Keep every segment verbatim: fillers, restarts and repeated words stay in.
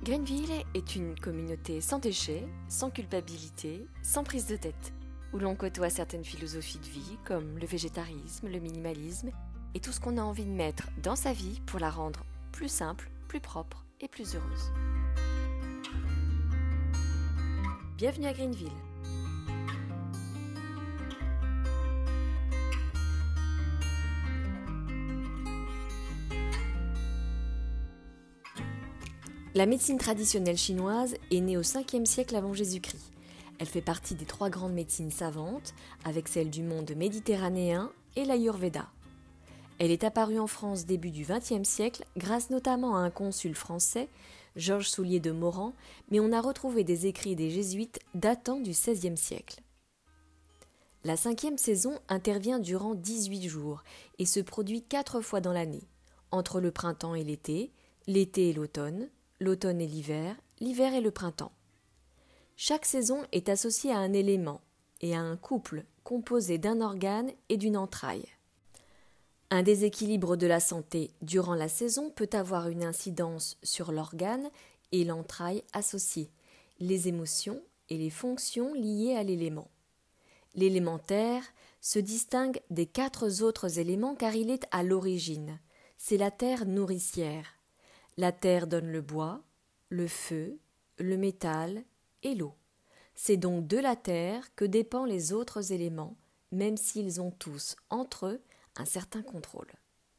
Greenville est une communauté sans déchets, sans culpabilité, sans prise de tête, où l'on côtoie certaines philosophies de vie comme le végétarisme, le minimalisme et tout ce qu'on a envie de mettre dans sa vie pour la rendre plus simple, plus propre et plus heureuse. Bienvenue à Greenville. La médecine traditionnelle chinoise est née au cinquième siècle avant Jésus-Christ. Elle fait partie des trois grandes médecines savantes, avec celle du monde méditerranéen et l'Ayurveda. Elle est apparue en France début du vingtième siècle grâce notamment à un consul français, Georges Soulier de Morand, mais on a retrouvé des écrits des jésuites datant du seizième siècle. La cinquième saison intervient durant dix-huit jours et se produit quatre fois dans l'année, entre le printemps et l'été, l'été et l'automne, l'automne et l'hiver, l'hiver et le printemps. Chaque saison est associée à un élément et à un couple composé d'un organe et d'une entraille. Un déséquilibre de la santé durant la saison peut avoir une incidence sur l'organe et l'entraille associée, les émotions et les fonctions liées à l'élément. L'élément terre se distingue des quatre autres éléments car il est à l'origine. C'est la terre nourricière. La terre donne le bois, le feu, le métal et l'eau. C'est donc de la terre que dépendent les autres éléments, même s'ils ont tous, entre eux, un certain contrôle.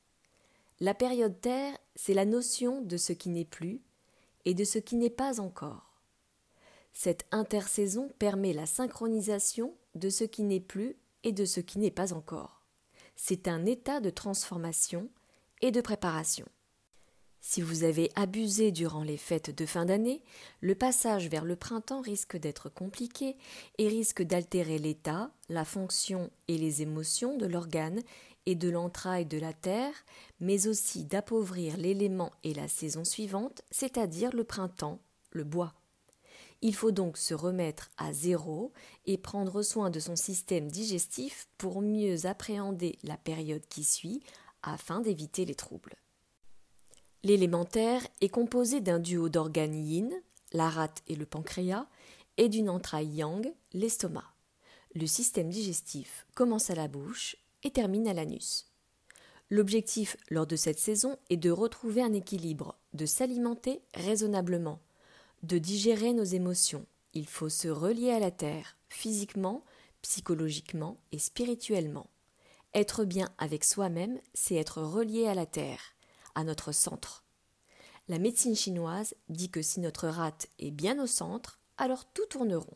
La période terre, c'est la notion de ce qui n'est plus et de ce qui n'est pas encore. Cette intersaison permet la synchronisation de ce qui n'est plus et de ce qui n'est pas encore. C'est un état de transformation et de préparation. Si vous avez abusé durant les fêtes de fin d'année, le passage vers le printemps risque d'être compliqué et risque d'altérer l'état, la fonction et les émotions de l'organe et de l'entraille de la terre, mais aussi d'appauvrir l'élément et la saison suivante, c'est-à-dire le printemps, le bois. Il faut donc se remettre à zéro et prendre soin de son système digestif pour mieux appréhender la période qui suit afin d'éviter les troubles. L'élément terre est composé d'un duo d'organes yin, la rate et le pancréas, et d'une entraille yang, l'estomac. Le système digestif commence à la bouche et termine à l'anus. L'objectif lors de cette saison est de retrouver un équilibre, de s'alimenter raisonnablement, de digérer nos émotions. Il faut se relier à la terre, physiquement, psychologiquement et spirituellement. Être bien avec soi-même, c'est être relié à la terre, à notre centre. La médecine chinoise dit que si notre rate est bien au centre, alors tout tourne rond.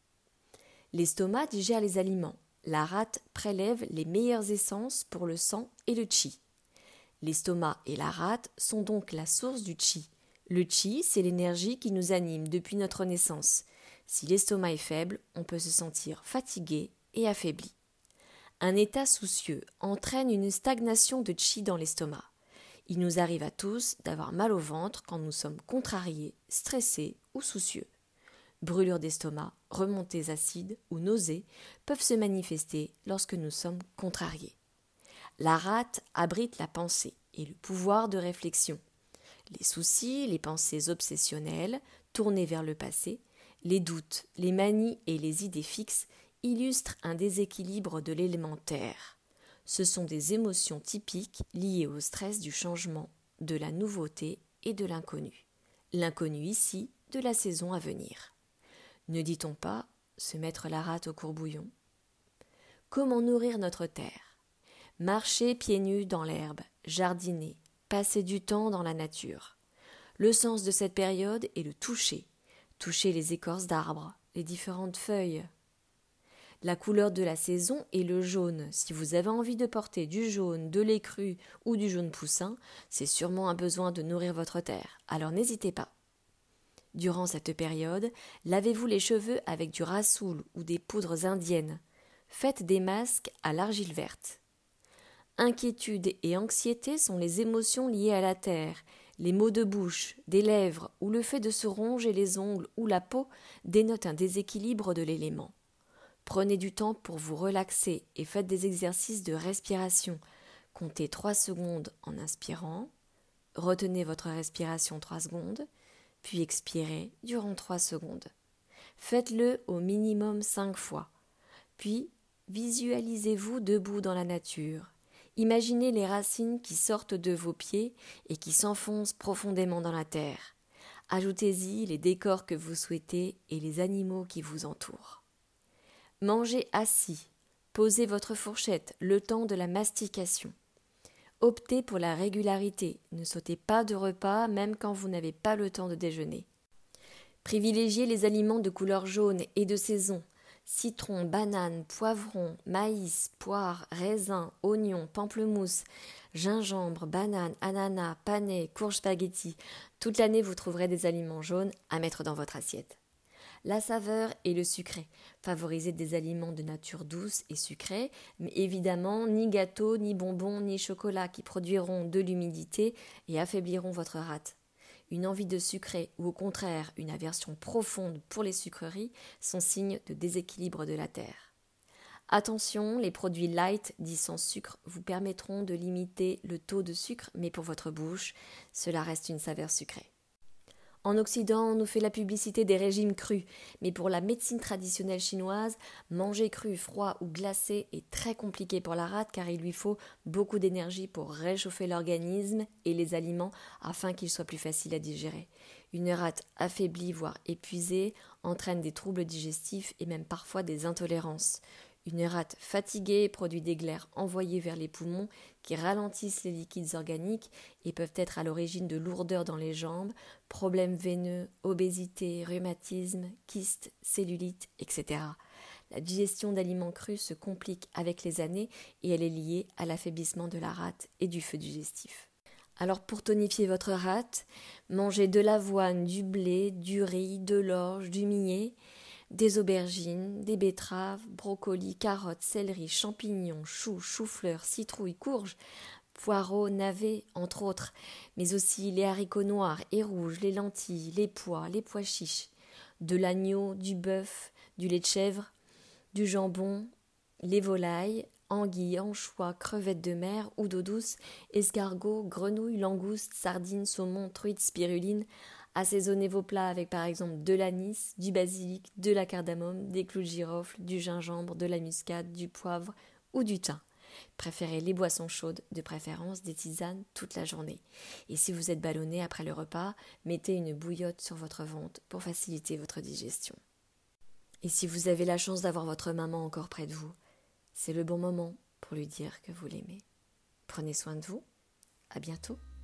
L'estomac digère les aliments. La rate prélève les meilleures essences pour le sang et le qi. L'estomac et la rate sont donc la source du qi. Le qi, c'est l'énergie qui nous anime depuis notre naissance. Si l'estomac est faible, on peut se sentir fatigué et affaibli. Un état soucieux entraîne une stagnation de qi dans l'estomac. Il nous arrive à tous d'avoir mal au ventre quand nous sommes contrariés, stressés ou soucieux. Brûlures d'estomac, remontées acides ou nausées peuvent se manifester lorsque nous sommes contrariés. La rate abrite la pensée et le pouvoir de réflexion. Les soucis, les pensées obsessionnelles, tournées vers le passé, les doutes, les manies et les idées fixes illustrent un déséquilibre de l'élément terre. Ce sont des émotions typiques liées au stress du changement, de la nouveauté et de l'inconnu. L'inconnu ici, de la saison à venir. Ne dit-on pas se mettre la rate au courbouillon ? Comment nourrir notre terre ? Marcher pieds nus dans l'herbe, jardiner, passer du temps dans la nature. Le sens de cette période est le toucher. Toucher les écorces d'arbres, les différentes feuilles. La couleur de la saison est le jaune. Si vous avez envie de porter du jaune, de l'écru ou du jaune poussin, c'est sûrement un besoin de nourrir votre terre. Alors n'hésitez pas. Durant cette période, lavez-vous les cheveux avec du rassoul ou des poudres indiennes. Faites des masques à l'argile verte. Inquiétude et anxiété sont les émotions liées à la terre. Les maux de bouche, des lèvres ou le fait de se ronger les ongles ou la peau dénotent un déséquilibre de l'élément. Prenez du temps pour vous relaxer et faites des exercices de respiration. Comptez trois secondes en inspirant, retenez votre respiration trois secondes, puis expirez durant trois secondes. Faites-le au minimum cinq fois. Puis, visualisez-vous debout dans la nature. Imaginez les racines qui sortent de vos pieds et qui s'enfoncent profondément dans la terre. Ajoutez-y les décors que vous souhaitez et les animaux qui vous entourent. Mangez assis. Posez votre fourchette le temps de la mastication. Optez pour la régularité. Ne sautez pas de repas même quand vous n'avez pas le temps de déjeuner. Privilégiez les aliments de couleur jaune et de saison. Citron, banane, poivron, maïs, poire, raisin, oignon, pamplemousse, gingembre, banane, ananas, panais, courge spaghetti. Toute l'année, vous trouverez des aliments jaunes à mettre dans votre assiette. La saveur et le sucré. Favorisez des aliments de nature douce et sucrée, mais évidemment ni gâteaux, ni bonbons, ni chocolat qui produiront de l'humidité et affaibliront votre rate. Une envie de sucré ou au contraire une aversion profonde pour les sucreries sont signes de déséquilibre de la terre. Attention, les produits light dits sans sucre vous permettront de limiter le taux de sucre, mais pour votre bouche, cela reste une saveur sucrée. En Occident, on nous fait la publicité des régimes crus, mais pour la médecine traditionnelle chinoise, manger cru, froid ou glacé est très compliqué pour la rate car il lui faut beaucoup d'énergie pour réchauffer l'organisme et les aliments afin qu'ils soient plus faciles à digérer. Une rate affaiblie, voire épuisée, entraîne des troubles digestifs et même parfois des intolérances. Une rate fatiguée produit des glaires envoyées vers les poumons qui ralentissent les liquides organiques et peuvent être à l'origine de lourdeurs dans les jambes, problèmes veineux, obésité, rhumatisme, kystes, cellulite, et cetera. La digestion d'aliments crus se complique avec les années et elle est liée à l'affaiblissement de la rate et du feu digestif. Alors pour tonifier votre rate, mangez de l'avoine, du blé, du riz, de l'orge, du millet, des aubergines, des betteraves, brocolis, carottes, céleri, champignons, choux, choux-fleurs, citrouilles, courges, poireaux, navets, entre autres, mais aussi les haricots noirs et rouges, les lentilles, les pois, les pois chiches, de l'agneau, du bœuf, du lait de chèvre, du jambon, les volailles, anguilles, anchois, crevettes de mer ou d'eau douce, escargots, grenouilles, langoustes, sardines, saumons, truites, spiruline. Assaisonnez vos plats avec par exemple de l'anis, du basilic, de la cardamome, des clous de girofle, du gingembre, de la muscade, du poivre ou du thym. Préférez les boissons chaudes, de préférence des tisanes toute la journée. Et si vous êtes ballonné après le repas, mettez une bouillotte sur votre ventre pour faciliter votre digestion. Et si vous avez la chance d'avoir votre maman encore près de vous, c'est le bon moment pour lui dire que vous l'aimez. Prenez soin de vous. À bientôt.